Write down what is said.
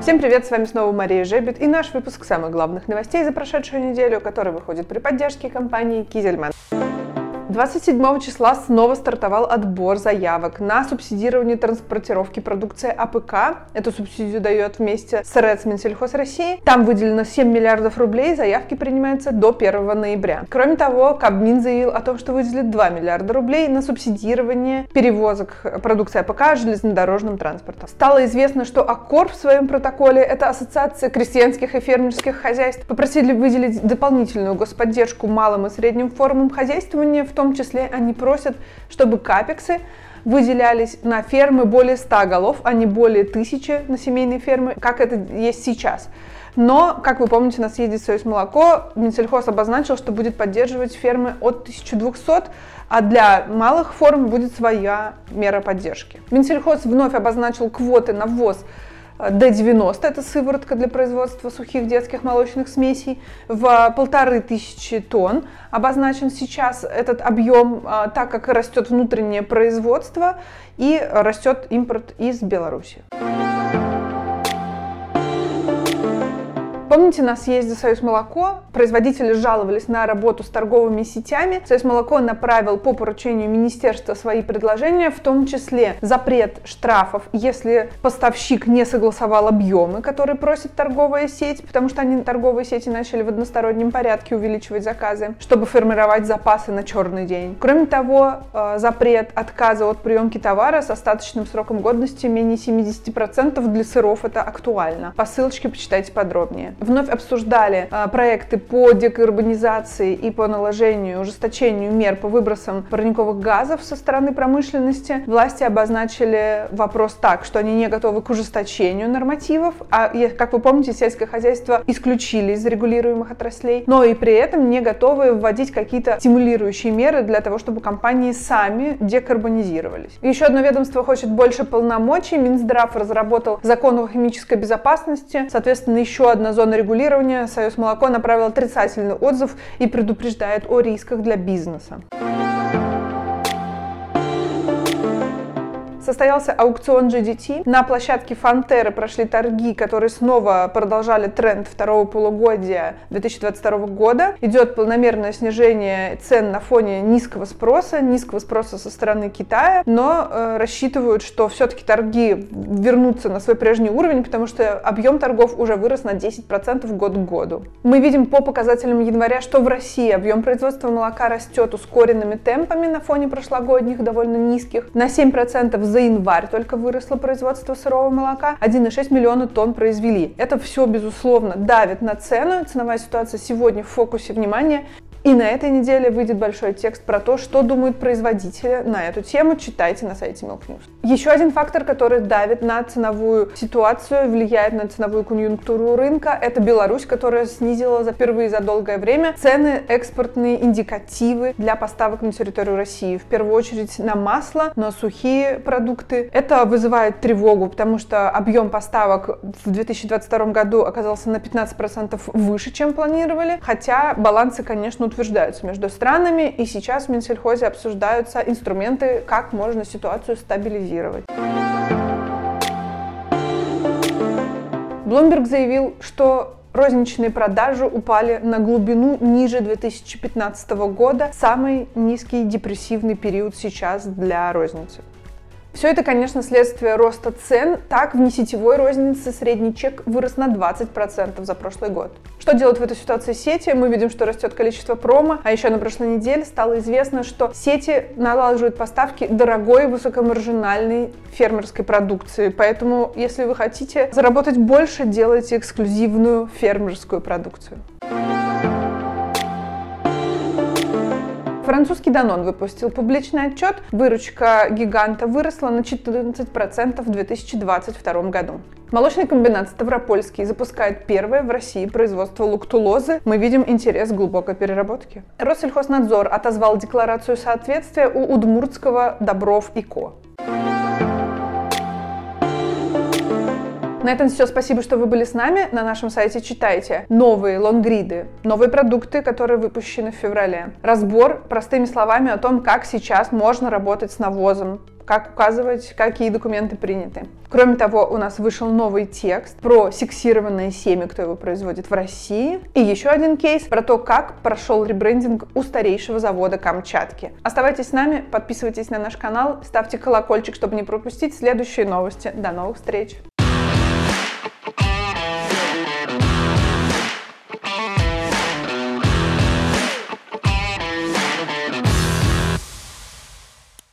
Всем привет, с вами снова Мария Жебет и наш выпуск самых главных новостей за прошедшую неделю, который выходит при поддержке компании Кизельман. 27 числа снова стартовал отбор заявок на субсидирование транспортировки продукции АПК. Эту субсидию дает вместе с РЭЦ Минсельхоз России. Там выделено 7 миллиардов рублей, заявки принимаются до 1 ноября. Кроме того, Кабмин заявил о том, что выделит 2 миллиарда рублей на субсидирование перевозок продукции АПК железнодорожным транспортом. Стало известно, что АККОР в своем протоколе, это Ассоциация крестьянских и фермерских хозяйств, попросили выделить дополнительную господдержку малым и средним формам хозяйствования. В том числе они просят, чтобы капексы выделялись на фермы более 100 голов, а не более 1000 на семейные фермы, как это есть сейчас. Но, как вы помните, на съезде Союзмолоко Минсельхоз обозначил, что будет поддерживать фермы от 1200, а для малых форм будет своя мера поддержки. Минсельхоз вновь обозначил квоты на ввоз Д-90, это сыворотка для производства сухих детских молочных смесей, в 1500 тонн. Обозначен сейчас этот объем, так как растет внутреннее производство и растет импорт из Беларуси. Помните, на съезде Союзмолоко производители жаловались на работу с торговыми сетями. Союзмолоко направил по поручению министерства свои предложения, в том числе запрет штрафов, если поставщик не согласовал объемы, которые просит торговая сеть, потому что торговые сети начали в одностороннем порядке увеличивать заказы, чтобы формировать запасы на черный день. Кроме того, запрет отказа от приемки товара с остаточным сроком годности менее 70% для сыров, это актуально. По ссылочке почитайте подробнее. Вновь обсуждали проекты по декарбонизации и по наложению, ужесточению мер по выбросам парниковых газов со стороны промышленности. Власти обозначили вопрос так, что они не готовы к ужесточению нормативов, а, как вы помните, сельское хозяйство исключили из регулируемых отраслей, но и при этом не готовы вводить какие-то стимулирующие меры для того, чтобы компании сами декарбонизировались. Еще одно ведомство хочет больше полномочий. Минздрав разработал закон о химической безопасности, соответственно, еще одна зона регулирования. Союзмолоко направил отрицательный отзыв и предупреждает о рисках для бизнеса. Состоялся аукцион GDT. На площадке Фонтеры прошли торги, которые снова продолжали тренд второго полугодия 2022 года. Идет планомерное снижение цен на фоне низкого спроса со стороны Китая, но рассчитывают, что все-таки торги вернутся на свой прежний уровень, потому что объем торгов уже вырос на 10% год к году. Мы видим по показателям января, что в России объем производства молока растет ускоренными темпами на фоне прошлогодних довольно низких. На 7% за январь только выросло производство сырого молока, 1,6 миллиона тонн произвели. Это все, безусловно, давит на цену. Ценовая ситуация сегодня в фокусе внимания. И на этой неделе выйдет большой текст про то, что думают производители на эту тему. Читайте на сайте Milk News. Еще один фактор, который давит на ценовую ситуацию, влияет на ценовую конъюнктуру рынка, это Беларусь, которая снизила впервые за долгое время цены экспортные индикативы для поставок на территорию России. В первую очередь на масло, на сухие продукты. Это вызывает тревогу, потому что объем поставок в 2022 году оказался на 15% выше, чем планировали, хотя балансы, конечно, утверждаются между странами, и сейчас в Минсельхозе обсуждаются инструменты, как можно ситуацию стабилизировать. Bloomberg заявил, что розничные продажи упали на глубину ниже 2015 года, самый низкий депрессивный период сейчас для розницы. Все это, конечно, следствие роста цен. Так, в несетевой рознице средний чек вырос на 20% за прошлый год. Что делают в этой ситуации сети? Мы видим, что растет количество промо, а еще на прошлой неделе стало известно, что сети налаживают поставки дорогой высокомаржинальной фермерской продукции. Поэтому, если вы хотите заработать больше, делайте эксклюзивную фермерскую продукцию. Французский Danone выпустил публичный отчет. Выручка гиганта выросла на 14% в 2022 году. Молочный комбинат Ставропольский запускает первое в России производство лактулозы. Мы видим интерес к глубокой переработке. Россельхознадзор отозвал декларацию соответствия у удмуртского Добров и Ко. На этом все. Спасибо, что вы были с нами. На нашем сайте читайте новые лонгриды, новые продукты, которые выпущены в феврале. Разбор простыми словами о том, как сейчас можно работать с навозом. как указывать, какие документы приняты. Кроме того, у нас вышел новый текст про сексированное семя, кто его производит в России. И еще один кейс про то, как прошел ребрендинг у старейшего завода Камчатки. Оставайтесь с нами, подписывайтесь на наш канал, ставьте колокольчик, чтобы не пропустить следующие новости. До новых встреч!